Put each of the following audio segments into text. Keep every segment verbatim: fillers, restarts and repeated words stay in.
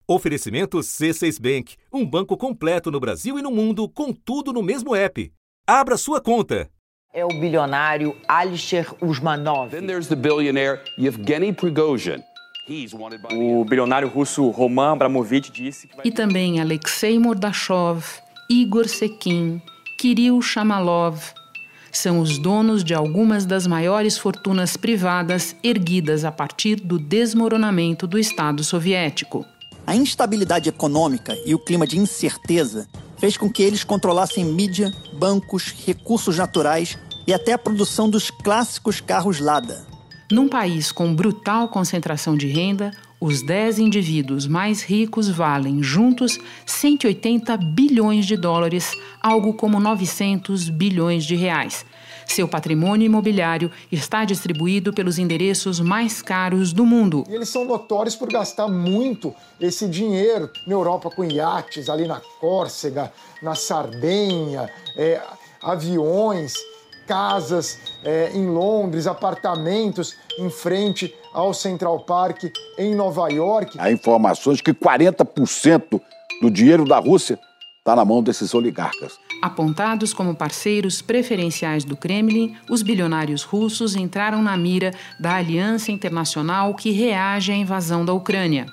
Oferecimento C seis Bank, um banco completo no Brasil e no mundo, com tudo no mesmo app. Abra sua conta. É o bilionário Alisher Usmanov. Then there's the billionaire Yevgeny Prigozhin. O bilionário russo Roman Abramovich disse que vai... E também Alexei Mordashov, Igor Sekin, Kirill Shamalov. São os donos de algumas das maiores fortunas privadas erguidas a partir do desmoronamento do Estado soviético. A instabilidade econômica e o clima de incerteza fez com que eles controlassem mídia, bancos, recursos naturais e até a produção dos clássicos carros Lada. Num país com brutal concentração de renda, os dez indivíduos mais ricos valem, juntos, cento e oitenta bilhões de dólares, algo como novecentos bilhões de reais. Seu patrimônio imobiliário está distribuído pelos endereços mais caros do mundo. E eles são notórios por gastar muito esse dinheiro na Europa com iates, ali na Córcega, na Sardenha, é, aviões, casas é, em Londres, apartamentos em frente ao Central Park em Nova York. Há informações que quarenta por cento do dinheiro da Rússia está na mão desses oligarcas. Apontados como parceiros preferenciais do Kremlin, os bilionários russos entraram na mira da aliança internacional que reage à invasão da Ucrânia.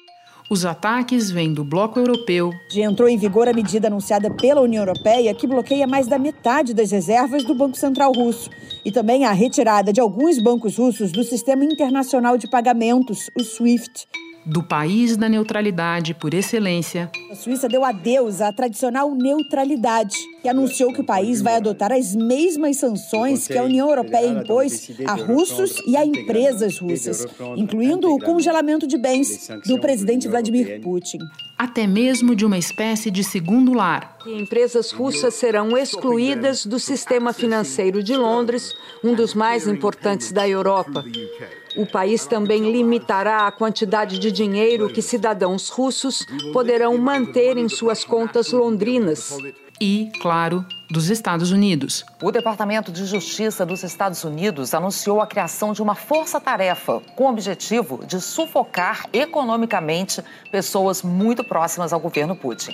Os ataques vêm do bloco europeu. Já entrou em vigor a medida anunciada pela União Europeia que bloqueia mais da metade das reservas do Banco Central Russo e também a retirada de alguns bancos russos do Sistema Internacional de Pagamentos, o SWIFT. Do país da neutralidade por excelência. A Suíça deu adeus à tradicional neutralidade e anunciou que o país vai adotar as mesmas sanções que a União Europeia impôs a russos e a empresas russas, incluindo o congelamento de bens do presidente Vladimir Putin. Até mesmo de uma espécie de segundo lar. Empresas russas serão excluídas do sistema financeiro de Londres, um dos mais importantes da Europa. O país também limitará a quantidade de dinheiro que cidadãos russos poderão manter em suas contas londrinas. E, claro, dos Estados Unidos. O Departamento de Justiça dos Estados Unidos anunciou a criação de uma força-tarefa com o objetivo de sufocar economicamente pessoas muito próximas ao governo Putin.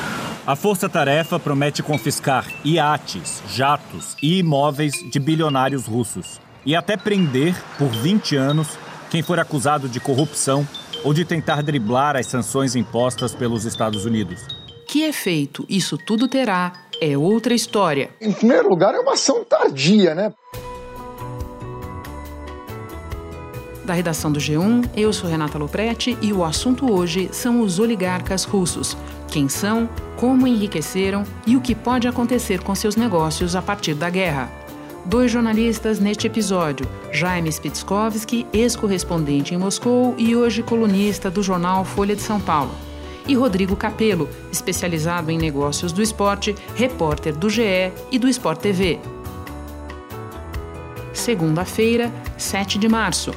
A força-tarefa promete confiscar iates, jatos e imóveis de bilionários russos e até prender por vinte anos quem for acusado de corrupção ou de tentar driblar as sanções impostas pelos Estados Unidos. Que efeito isso tudo terá é outra história. Em primeiro lugar, é uma ação tardia, né? Da redação do G um, eu sou Renata Lopretti e o assunto hoje são os oligarcas russos. Quem são, como enriqueceram e o que pode acontecer com seus negócios a partir da guerra. Dois jornalistas neste episódio, Jaime Spitskovski, ex-correspondente em Moscou e hoje colunista do jornal Folha de São Paulo. E Rodrigo Capello, especializado em negócios do esporte, repórter do G E e do Sport T V. Segunda-feira, sete de março.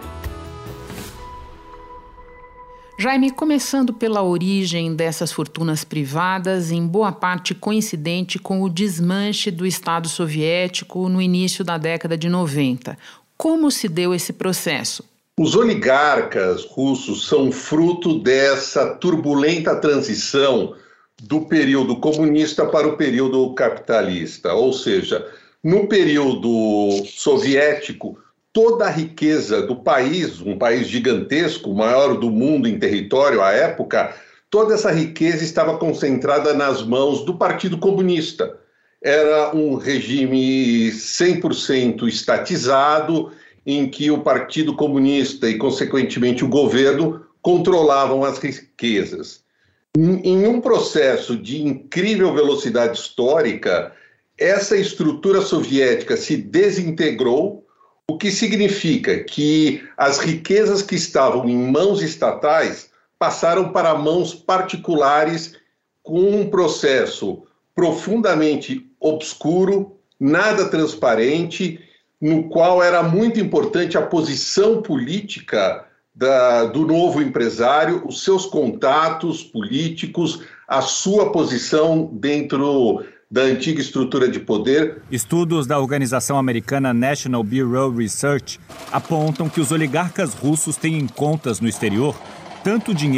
Jaime, começando pela origem dessas fortunas privadas, em boa parte coincidente com o desmanche do Estado soviético no início da década de noventa. Como se deu esse processo? Os oligarcas russos são fruto dessa turbulenta transição do período comunista para o período capitalista. Ou seja, no período soviético, toda a riqueza do país, um país gigantesco, o maior do mundo em território à época, toda essa riqueza estava concentrada nas mãos do Partido Comunista. Era um regime cem por cento estatizado, em que o Partido Comunista e, consequentemente, o governo controlavam as riquezas. Em um processo de incrível velocidade histórica, essa estrutura soviética se desintegrou, o que significa que as riquezas que estavam em mãos estatais passaram para mãos particulares com um processo profundamente obscuro, nada transparente, no qual era muito importante a posição política da, do novo empresário, os seus contatos políticos, a sua posição dentro da antiga estrutura de poder. Estudos da organização americana National Bureau Research apontam que os oligarcas russos têm em contas no exterior tanto dinheiro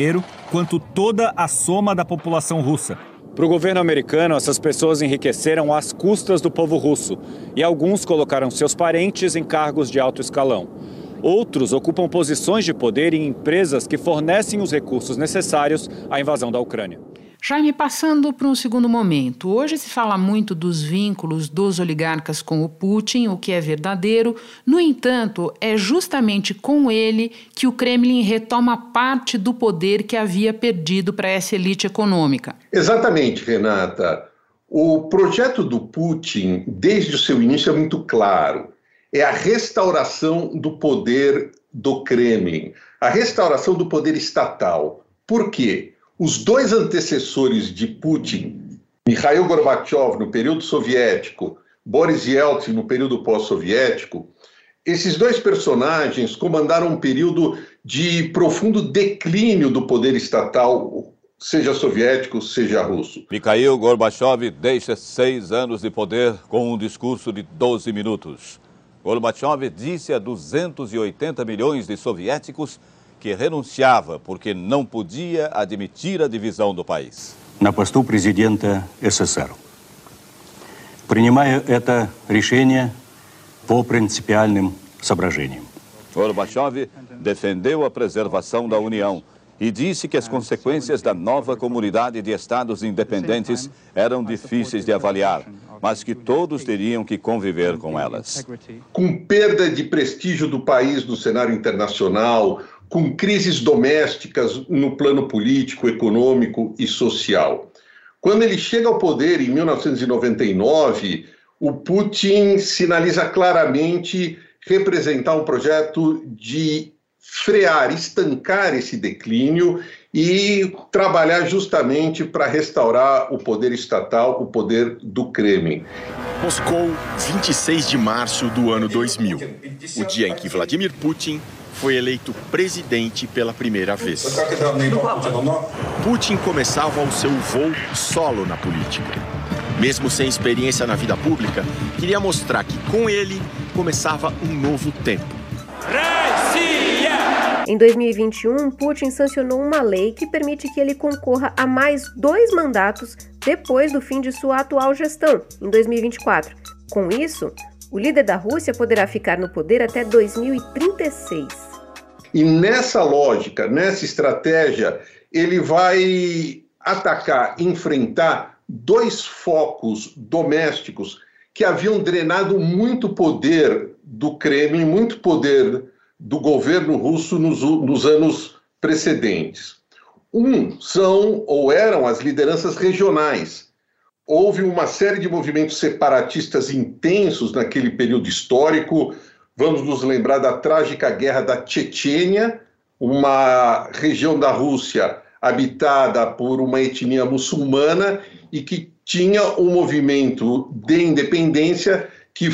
quanto toda a soma da população russa. Para o governo americano, essas pessoas enriqueceram às custas do povo russo e alguns colocaram seus parentes em cargos de alto escalão. Outros ocupam posições de poder em empresas que fornecem os recursos necessários à invasão da Ucrânia. Jaime, passando para um segundo momento, hoje se fala muito dos vínculos dos oligarcas com o Putin, o que é verdadeiro. No entanto, é justamente com ele que o Kremlin retoma parte do poder que havia perdido para essa elite econômica. Exatamente, Renata. O projeto do Putin, desde o seu início, é muito claro. É a restauração do poder do Kremlin, a restauração do poder estatal. Por quê? Os dois antecessores de Putin, Mikhail Gorbachev no período soviético, Boris Yeltsin no período pós-soviético, esses dois personagens comandaram um período de profundo declínio do poder estatal, seja soviético, seja russo. Mikhail Gorbachev deixa seis anos de poder com um discurso de doze minutos. Gorbachev disse a duzentos e oitenta milhões de soviéticos que renunciava porque não podia admitir a divisão do país. На посту президента СССР. Принимая это решение по принципиальным соображениям. Gorbachev defendeu a preservação da União e disse que as consequências da nova comunidade de estados independentes eram difíceis de avaliar, mas que todos teriam que conviver com elas. Com perda de prestígio do país no cenário internacional, com crises domésticas no plano político, econômico e social. Quando ele chega ao poder em mil novecentos e noventa e nove, o Putin sinaliza claramente representar um projeto de frear, estancar esse declínio e trabalhar justamente para restaurar o poder estatal, o poder do Kremlin. Moscou, vinte e seis de março do ano dois mil, o dia em que Vladimir Putin foi eleito presidente pela primeira vez. Putin começava o seu voo solo na política. Mesmo sem experiência na vida pública, queria mostrar que com ele começava um novo tempo. Em dois mil e vinte e um, Putin sancionou uma lei que permite que ele concorra a mais dois mandatos depois do fim de sua atual gestão, em dois mil e vinte e quatro. Com isso, o líder da Rússia poderá ficar no poder até dois mil e trinta e seis. E nessa lógica, nessa estratégia, ele vai atacar, enfrentar dois focos domésticos que haviam drenado muito poder do Kremlin, muito poder do governo russo nos, nos anos precedentes. Um são, ou eram, as lideranças regionais. Houve uma série de movimentos separatistas intensos naquele período histórico. Vamos nos lembrar da trágica guerra da Chechênia, uma região da Rússia habitada por uma etnia muçulmana e que tinha um movimento de independência que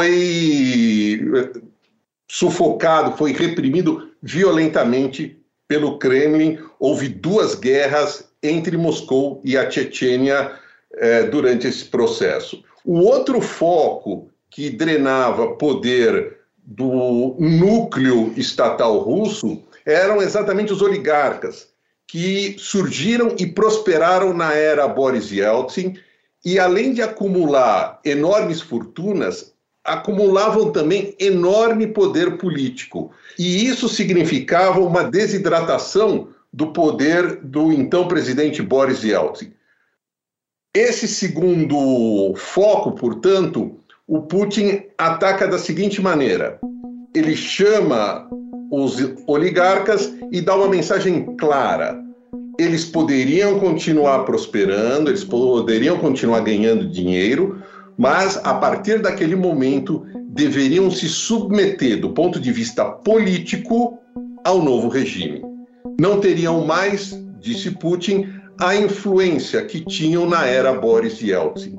foi sufocado, foi reprimido violentamente pelo Kremlin. Houve duas guerras entre Moscou e a Chechênia eh, durante esse processo. O outro foco que drenava poder do núcleo estatal russo eram exatamente os oligarcas, que surgiram e prosperaram na era Boris Yeltsin e, além de acumular enormes fortunas, acumulavam também enorme poder político. E isso significava uma desidratação do poder do então presidente Boris Yeltsin. Esse segundo foco, portanto, o Putin ataca da seguinte maneira: ele chama os oligarcas e dá uma mensagem clara. Eles poderiam continuar prosperando, eles poderiam continuar ganhando dinheiro, mas a partir daquele momento deveriam se submeter, do ponto de vista político, ao novo regime. Não teriam mais, disse Putin, a influência que tinham na era Boris Yeltsin.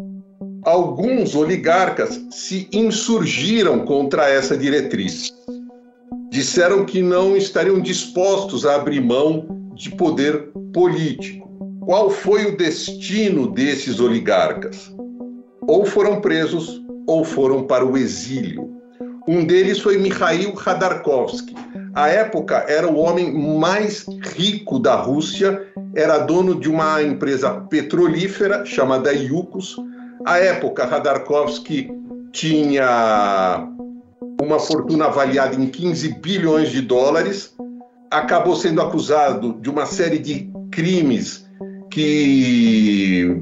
Alguns oligarcas se insurgiram contra essa diretriz. Disseram que não estariam dispostos a abrir mão de poder político. Qual foi o destino desses oligarcas? Ou foram presos, ou foram para o exílio. Um deles foi Mikhail Khodorkovsky, À época, era o homem mais rico da Rússia, era dono de uma empresa petrolífera chamada Yukos. À época, Khodorkovsky tinha uma fortuna avaliada em quinze bilhões de dólares, acabou sendo acusado de uma série de crimes que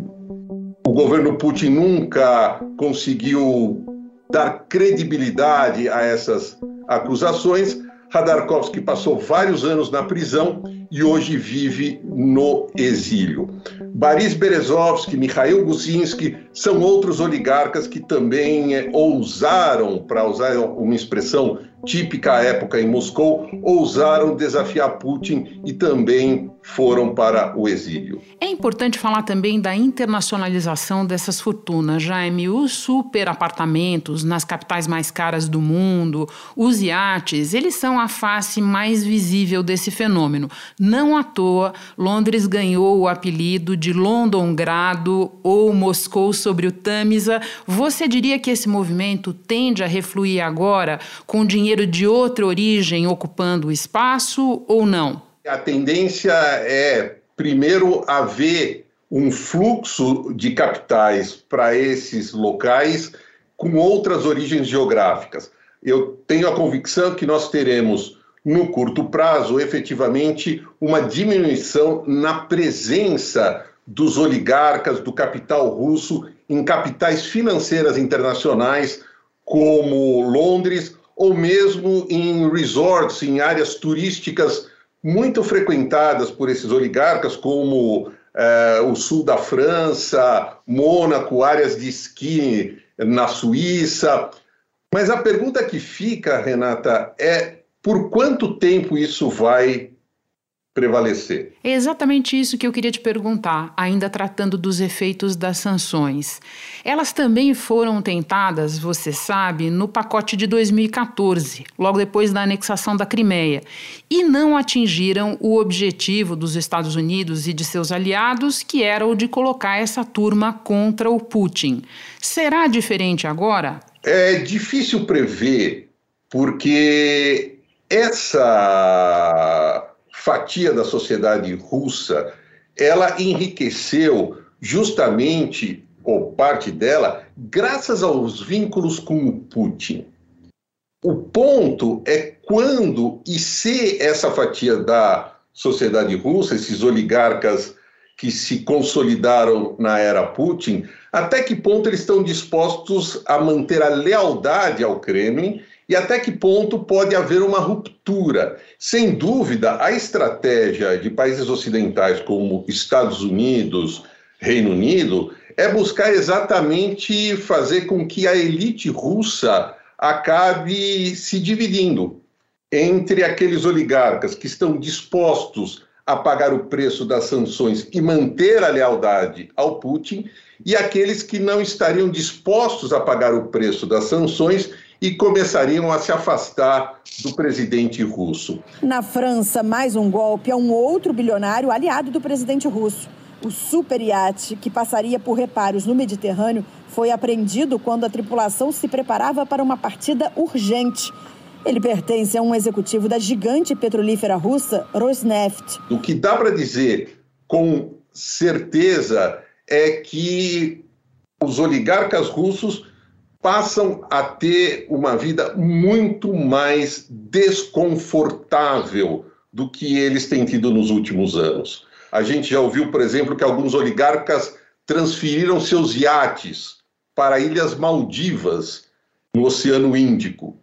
o governo Putin nunca conseguiu dar credibilidade a essas acusações. Khodorkovsky passou vários anos na prisão e hoje vive no exílio. Boris Berezovsky, Mikhail Guzinski são outros oligarcas que também é, ousaram, para usar uma expressão típica à época em Moscou, ousaram desafiar Putin e também foram para o exílio. É importante falar também da internacionalização dessas fortunas, Jaime. Os superapartamentos nas capitais mais caras do mundo, os iates, eles são a face mais visível desse fenômeno. Não à toa, Londres ganhou o apelido de Londongrado ou Moscou sobre o Tâmisa. Você diria que esse movimento tende a refluir agora com dinheiro de outra origem ocupando o espaço ou não? A tendência é, primeiro, haver um fluxo de capitais para esses locais com outras origens geográficas. Eu tenho a convicção que nós teremos, no curto prazo, efetivamente, uma diminuição na presença dos oligarcas, do capital russo, em capitais financeiras internacionais, como Londres, ou mesmo em resorts, em áreas turísticas muito frequentadas por esses oligarcas, como eh, o sul da França, Mônaco, áreas de esqui na Suíça. Mas a pergunta que fica, Renata, é por quanto tempo isso vai prevalecer? É exatamente isso que eu queria te perguntar, ainda tratando dos efeitos das sanções. Elas também foram tentadas, você sabe, no pacote de dois mil e catorze, logo depois da anexação da Crimeia, e não atingiram o objetivo dos Estados Unidos e de seus aliados, que era o de colocar essa turma contra o Putin. Será diferente agora? É difícil prever, porque essa fatia da sociedade russa, ela enriqueceu justamente, ou parte dela, graças aos vínculos com o Putin. O ponto é quando e se essa fatia da sociedade russa, esses oligarcas que se consolidaram na era Putin, até que ponto eles estão dispostos a manter a lealdade ao Kremlin e até que ponto pode haver uma ruptura. Sem dúvida, a estratégia de países ocidentais como Estados Unidos, Reino Unido, é buscar exatamente fazer com que a elite russa acabe se dividindo entre aqueles oligarcas que estão dispostos a pagar o preço das sanções e manter a lealdade ao Putin e aqueles que não estariam dispostos a pagar o preço das sanções e começariam a se afastar do presidente russo. Na França, mais um golpe a um outro bilionário aliado do presidente russo. O super iate, que passaria por reparos no Mediterrâneo, foi apreendido quando a tripulação se preparava para uma partida urgente. Ele pertence a um executivo da gigante petrolífera russa, Rosneft. O que dá para dizer com certeza é que os oligarcas russos passam a ter uma vida muito mais desconfortável do que eles têm tido nos últimos anos. A gente já ouviu, por exemplo, que alguns oligarcas transferiram seus iates para Ilhas Maldivas, no Oceano Índico.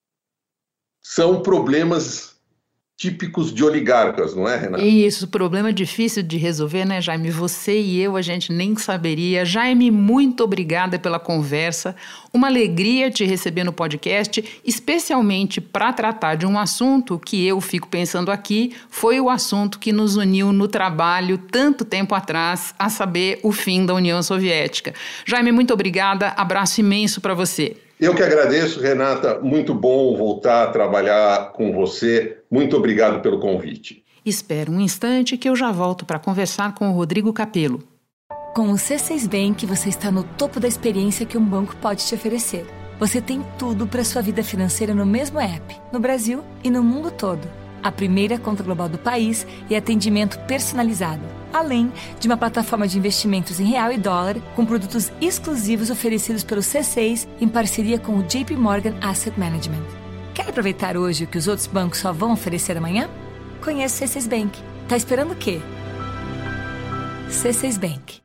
São problemas típicos de oligarcas, não é, Renata? Isso, problema difícil de resolver, né, Jaime? Você e eu, a gente nem saberia. Jaime, muito obrigada pela conversa. Uma alegria te receber no podcast, especialmente para tratar de um assunto que eu fico pensando aqui, foi o assunto que nos uniu no trabalho tanto tempo atrás, a saber, o fim da União Soviética. Jaime, muito obrigada. Abraço imenso para você. Eu que agradeço, Renata. Muito bom voltar a trabalhar com você. Muito obrigado pelo convite. Espera um instante que eu já volto para conversar com o Rodrigo Capello. Com o C seis Bank, você está no topo da experiência que um banco pode te oferecer. Você tem tudo para sua vida financeira no mesmo app, no Brasil e no mundo todo. A primeira conta global do país e atendimento personalizado, além de uma plataforma de investimentos em real e dólar com produtos exclusivos oferecidos pelo C seis em parceria com o J P Morgan Asset Management. Quer aproveitar hoje o que os outros bancos só vão oferecer amanhã? Conheça o C seis Bank. Tá esperando o quê? C seis Bank.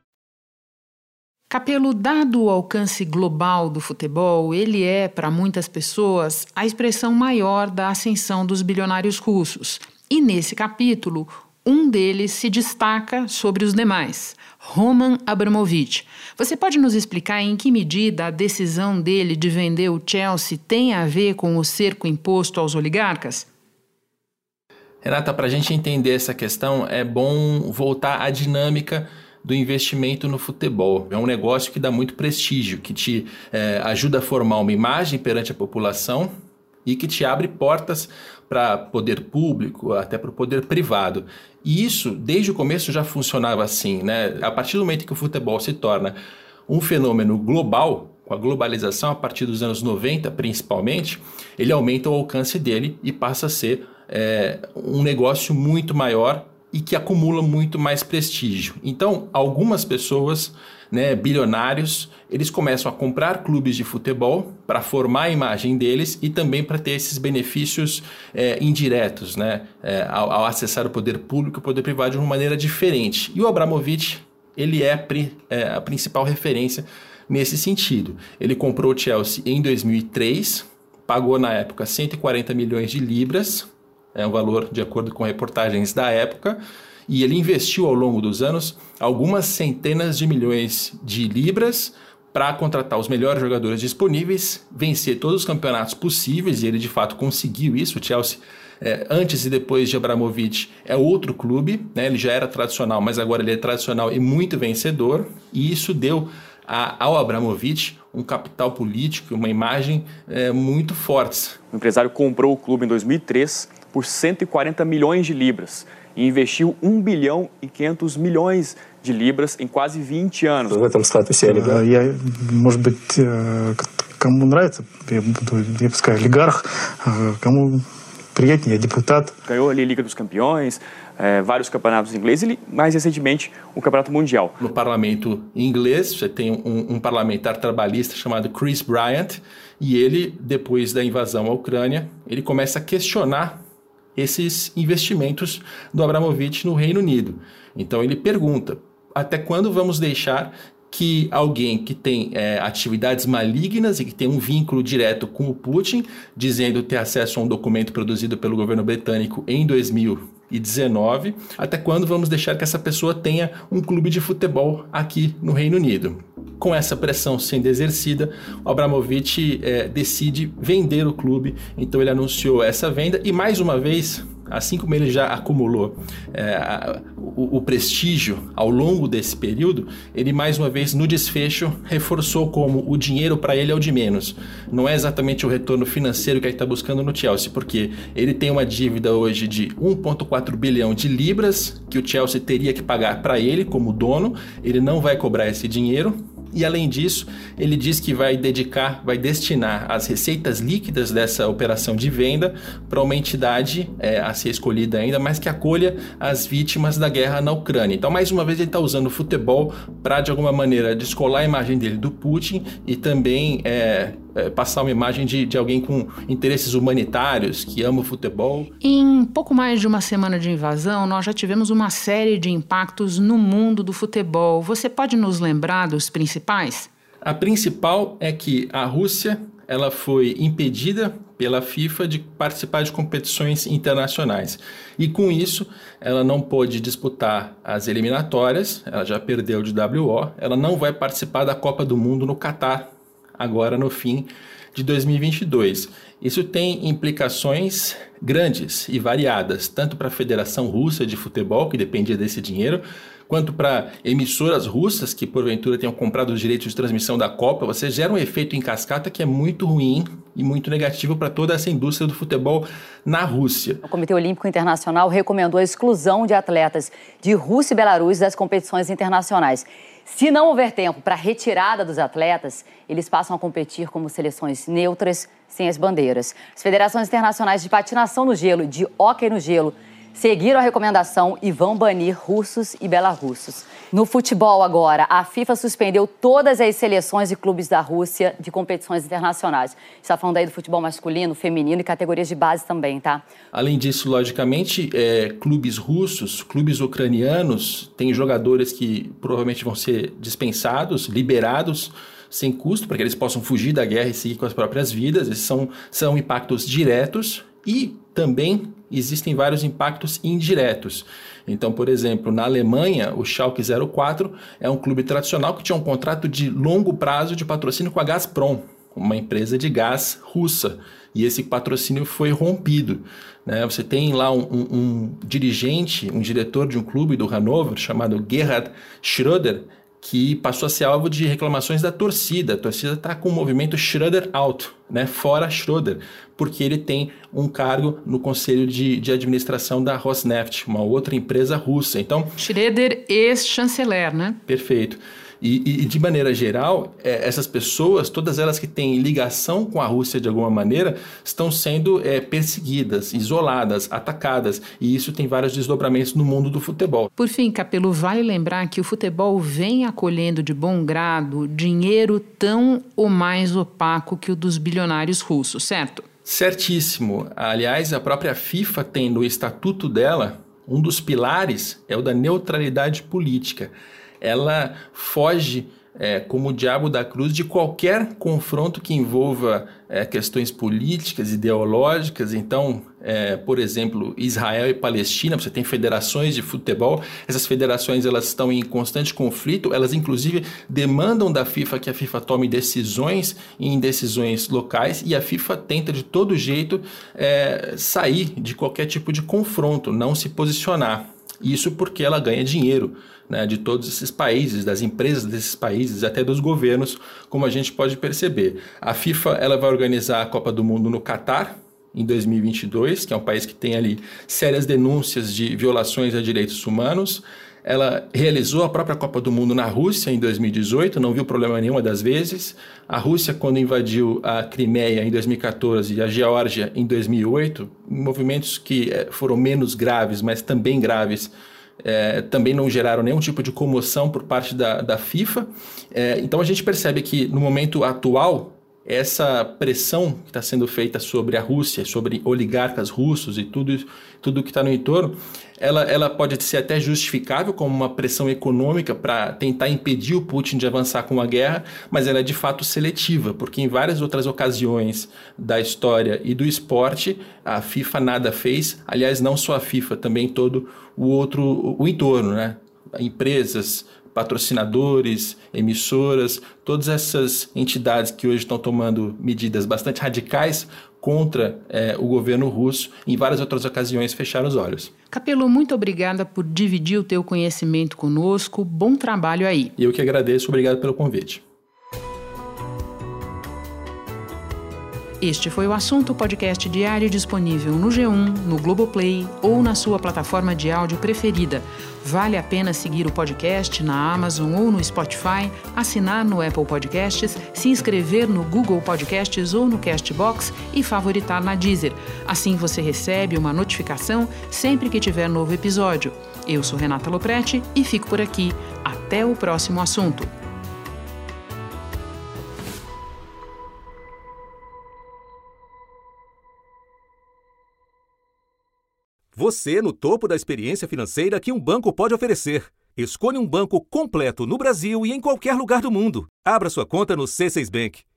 Capello, dado o alcance global do futebol, ele é, para muitas pessoas, a expressão maior da ascensão dos bilionários russos. E nesse capítulo, um deles se destaca sobre os demais, Roman Abramovich. Você pode nos explicar em que medida a decisão dele de vender o Chelsea tem a ver com o cerco imposto aos oligarcas? Renata, para a gente entender essa questão, é bom voltar à dinâmica do investimento no futebol. É um negócio que dá muito prestígio, que te é, ajuda a formar uma imagem perante a população e que te abre portas para poder público, até para o poder privado. E isso, desde o começo, já funcionava assim, né? A partir do momento que o futebol se torna um fenômeno global, com a globalização, a partir dos anos noventa principalmente, ele aumenta o alcance dele e passa a ser é, um negócio muito maior e que acumula muito mais prestígio. Então, algumas pessoas, né, bilionários, eles começam a comprar clubes de futebol para formar a imagem deles e também para ter esses benefícios é, indiretos, né, é, ao, ao acessar o poder público e o poder privado de uma maneira diferente. E o Abramovich, ele é a, pri, é a principal referência nesse sentido. Ele comprou o Chelsea em dois mil e três, pagou na época cento e quarenta milhões de libras, é um valor de acordo com reportagens da época, e ele investiu ao longo dos anos algumas centenas de milhões de libras para contratar os melhores jogadores disponíveis, vencer todos os campeonatos possíveis, e ele de fato conseguiu isso. O Chelsea, é, antes e depois de Abramovich, é outro clube, né? Ele já era tradicional, mas agora ele é tradicional e muito vencedor, e isso deu a, ao Abramovich um capital político, uma imagem é, muito fortes. O empresário comprou o clube em dois mil e três por cento e quarenta milhões de libras e investiu um bilhão e quinhentos milhões de libras em quase vinte anos. В этом статусе олигарх. Я, может быть, кому нравится, я буду, я пускай олигарх, кому приятнее, я депутат. Ganhou ali a Liga dos Campeões, é, vários campeonatos ingleses e, mais recentemente, o Campeonato Mundial. No parlamento inglês, você tem um, um parlamentar trabalhista chamado Chris Bryant, e ele, depois da invasão à Ucrânia, ele começa a questionar esses investimentos do Abramovich no Reino Unido. Então ele pergunta, até quando vamos deixar que alguém que tem é, atividades malignas e que tem um vínculo direto com o Putin, dizendo ter acesso a um documento produzido pelo governo britânico em dois mil e dezenove, até quando vamos deixar que essa pessoa tenha um clube de futebol aqui no Reino Unido? Com essa pressão sendo exercida, o Abramovich é, decide vender o clube, então ele anunciou essa venda e, mais uma vez, assim como ele já acumulou é, a, o, o prestígio ao longo desse período, ele mais uma vez no desfecho reforçou como o dinheiro para ele é o de menos. Não é exatamente o retorno financeiro que ele está buscando no Chelsea, porque ele tem uma dívida hoje de um vírgula quatro bilhão de libras que o Chelsea teria que pagar para ele como dono, ele não vai cobrar esse dinheiro. E além disso, ele diz que vai dedicar, vai destinar as receitas líquidas dessa operação de venda para uma entidade é, a ser escolhida ainda, mas que acolha as vítimas da guerra na Ucrânia. Então, mais uma vez, ele está usando o futebol para, de alguma maneira, descolar a imagem dele do Putin e também é, é, passar uma imagem de, de alguém com interesses humanitários, que ama o futebol. Em pouco mais de uma semana de invasão, nós já tivemos uma série de impactos no mundo do futebol. Você pode nos lembrar dos principais? A principal é que a Rússia ela foi impedida pela FIFA de participar de competições internacionais. E com isso, ela não pôde disputar as eliminatórias, ela já perdeu de W O, ela não vai participar da Copa do Mundo no Catar, agora no fim de dois mil e vinte e dois. Isso tem implicações grandes e variadas, tanto para a Federação Russa de Futebol, que dependia desse dinheiro, quanto para emissoras russas que, porventura, tenham comprado os direitos de transmissão da Copa. Você gera um efeito em cascata que é muito ruim e muito negativo para toda essa indústria do futebol na Rússia. O Comitê Olímpico Internacional recomendou a exclusão de atletas de Rússia e Belarus das competições internacionais. Se não houver tempo para a retirada dos atletas, eles passam a competir como seleções neutras, sem as bandeiras. As federações internacionais de patinação no gelo e de hóquei no gelo seguiram a recomendação e vão banir russos e belarussos. No futebol agora, a FIFA suspendeu todas as seleções e clubes da Rússia de competições internacionais. Está falando aí do futebol masculino, feminino e categorias de base também, tá? Além disso, logicamente, é, clubes russos, clubes ucranianos, têm jogadores que provavelmente vão ser dispensados, liberados, sem custo, para que eles possam fugir da guerra e seguir com as próprias vidas. Esses são, são impactos diretos e também existem vários impactos indiretos. Então, por exemplo, na Alemanha, o Schalke zero quatro é um clube tradicional que tinha um contrato de longo prazo de patrocínio com a Gazprom, uma empresa de gás russa, e esse patrocínio foi rompido. Né? Você tem lá um, um, um dirigente, um diretor de um clube do Hannover, chamado Gerhard Schröder, que passou a ser alvo de reclamações da torcida. A torcida está com o movimento Schröder out, né? Fora Schröder, porque ele tem um cargo no conselho de, de administração da Rosneft, uma outra empresa russa. Então, Schröder, ex-chanceler, né? Perfeito. E, e de maneira geral, é, essas pessoas, todas elas que têm ligação com a Rússia de alguma maneira, estão sendo é, perseguidas, isoladas, atacadas. E isso tem vários desdobramentos no mundo do futebol. Por fim, Capello, vale lembrar que o futebol vem acolhendo de bom grado dinheiro tão ou mais opaco que o dos bilionários russos, certo? Certíssimo. Aliás, a própria FIFA tem no estatuto dela, um dos pilares é o da neutralidade política. Ela foge é, como o diabo da cruz de qualquer confronto que envolva é, questões políticas, ideológicas. Então, é, por exemplo, Israel e Palestina, você tem federações de futebol, essas federações elas estão em constante conflito, elas inclusive demandam da FIFA que a FIFA tome decisões em decisões locais, e a FIFA tenta de todo jeito é, sair de qualquer tipo de confronto, não se posicionar. Isso porque ela ganha dinheiro, né, de todos esses países, das empresas desses países, até dos governos, como a gente pode perceber. A FIFA ela vai organizar a Copa do Mundo no Catar em dois mil e vinte e dois, que é um país que tem ali sérias denúncias de violações a direitos humanos. Ela realizou a própria Copa do Mundo na Rússia em dois mil e dezoito, não viu problema nenhuma das vezes. A Rússia, quando invadiu a Crimeia em dois mil e quatorze e a Geórgia em dois mil e oito, movimentos que foram menos graves, mas também graves, é, também não geraram nenhum tipo de comoção por parte da, da FIFA. É, então a gente percebe que no momento atual, essa pressão que está sendo feita sobre a Rússia, sobre oligarcas russos e tudo, tudo que está no entorno, ela, ela pode ser até justificável como uma pressão econômica para tentar impedir o Putin de avançar com a guerra, mas ela é de fato seletiva, porque em várias outras ocasiões da história e do esporte, a FIFA nada fez. Aliás, não só a FIFA, também todo o outro, o entorno, né? Empresas, patrocinadores, emissoras, todas essas entidades que hoje estão tomando medidas bastante radicais contra é, o governo russo, em várias outras ocasiões fecharam os olhos. Capello, muito obrigada por dividir o teu conhecimento conosco. Bom trabalho aí. Eu que agradeço, obrigado pelo convite. Este foi o Assunto, podcast diário disponível no G um, no Globoplay ou na sua plataforma de áudio preferida. Vale a pena seguir o podcast na Amazon ou no Spotify, assinar no Apple Podcasts, se inscrever no Google Podcasts ou no Castbox e favoritar na Deezer. Assim você recebe uma notificação sempre que tiver novo episódio. Eu sou Renata Loprete e fico por aqui. Até o próximo assunto. Você no topo da experiência financeira que um banco pode oferecer. Escolha um banco completo no Brasil e em qualquer lugar do mundo. Abra sua conta no C seis Bank.